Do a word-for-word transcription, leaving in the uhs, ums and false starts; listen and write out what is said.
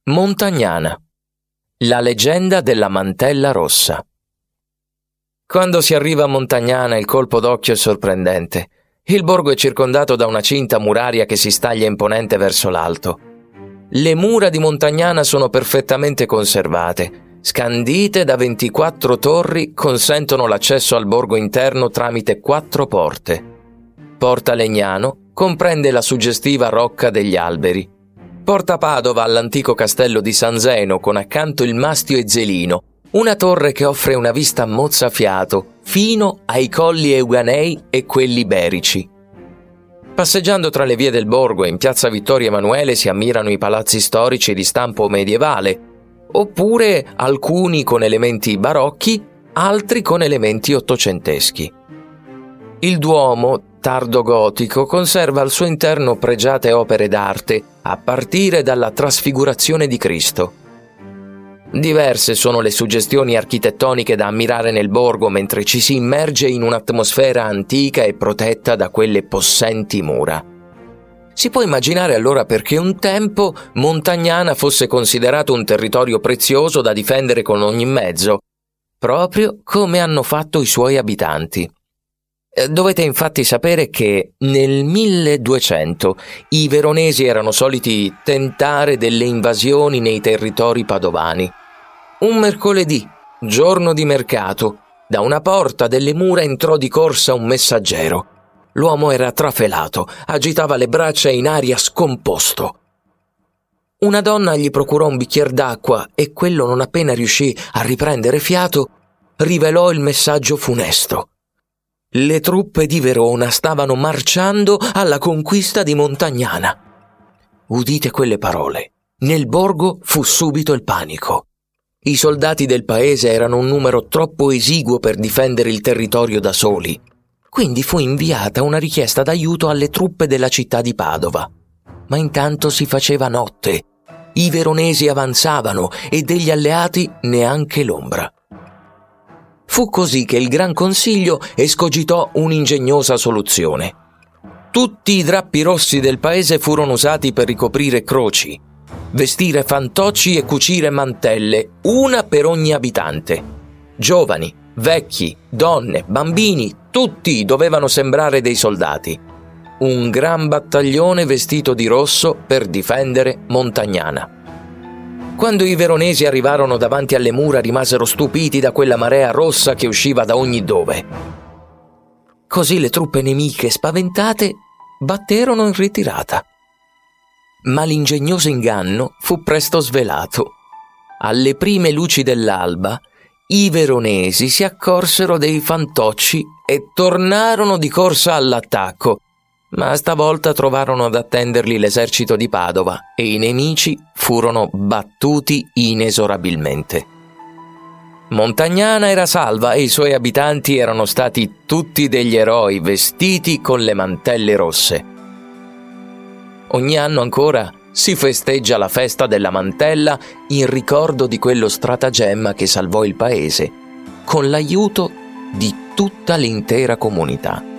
Montagnana. La leggenda della mantella rossa. Quando si arriva a Montagnana il colpo d'occhio è sorprendente. Il borgo è circondato da una cinta muraria che si staglia imponente verso l'alto. Le mura di Montagnana sono perfettamente conservate, scandite da ventiquattro torri, consentono l'accesso al borgo interno tramite quattro porte. Porta Legnano comprende la suggestiva Rocca degli Alberi. Porta Padova all'antico castello di San Zeno con accanto il Mastio Ezzelino, una torre che offre una vista mozzafiato fino ai colli Euganei e quelli Iberici. Passeggiando tra le vie del borgo e in piazza Vittorio Emanuele si ammirano i palazzi storici di stampo medievale, oppure alcuni con elementi barocchi, altri con elementi ottocenteschi. Il Duomo, tardo gotico, conserva al suo interno pregiate opere d'arte, a partire dalla Trasfigurazione di Cristo. Diverse sono le suggestioni architettoniche da ammirare nel borgo mentre ci si immerge in un'atmosfera antica e protetta da quelle possenti mura. Si può immaginare allora perché un tempo Montagnana fosse considerato un territorio prezioso da difendere con ogni mezzo, proprio come hanno fatto i suoi abitanti. Dovete infatti sapere che nel milleduecento i veronesi erano soliti tentare delle invasioni nei territori padovani. Un mercoledì, giorno di mercato, da una porta delle mura entrò di corsa un messaggero. L'uomo era trafelato, agitava le braccia in aria scomposto. Una donna gli procurò un bicchiere d'acqua e quello, non appena riuscì a riprendere fiato, rivelò il messaggio funesto. Le truppe di Verona stavano marciando alla conquista di Montagnana. Udite quelle parole. Nel borgo fu subito il panico. I soldati del paese erano un numero troppo esiguo per difendere il territorio da soli. Quindi fu inviata una richiesta d'aiuto alle truppe della città di Padova. Ma intanto si faceva notte. I veronesi avanzavano e degli alleati neanche l'ombra. Fu così che il Gran Consiglio escogitò un'ingegnosa soluzione. Tutti i drappi rossi del paese furono usati per ricoprire croci, vestire fantocci e cucire mantelle, una per ogni abitante. Giovani, vecchi, donne, bambini, tutti dovevano sembrare dei soldati. Un gran battaglione vestito di rosso per difendere Montagnana. Quando i veronesi arrivarono davanti alle mura rimasero stupiti da quella marea rossa che usciva da ogni dove. Così le truppe nemiche, spaventate, batterono in ritirata. Ma l'ingegnoso inganno fu presto svelato. Alle prime luci dell'alba, i veronesi si accorsero dei fantocci e tornarono di corsa all'attacco, ma stavolta trovarono ad attenderli l'esercito di Padova e i nemici furono battuti inesorabilmente. Montagnana era salva e i suoi abitanti erano stati tutti degli eroi vestiti con le mantelle rosse. Ogni anno ancora si festeggia la festa della mantella in ricordo di quello stratagemma che salvò il paese, con l'aiuto di tutta l'intera comunità.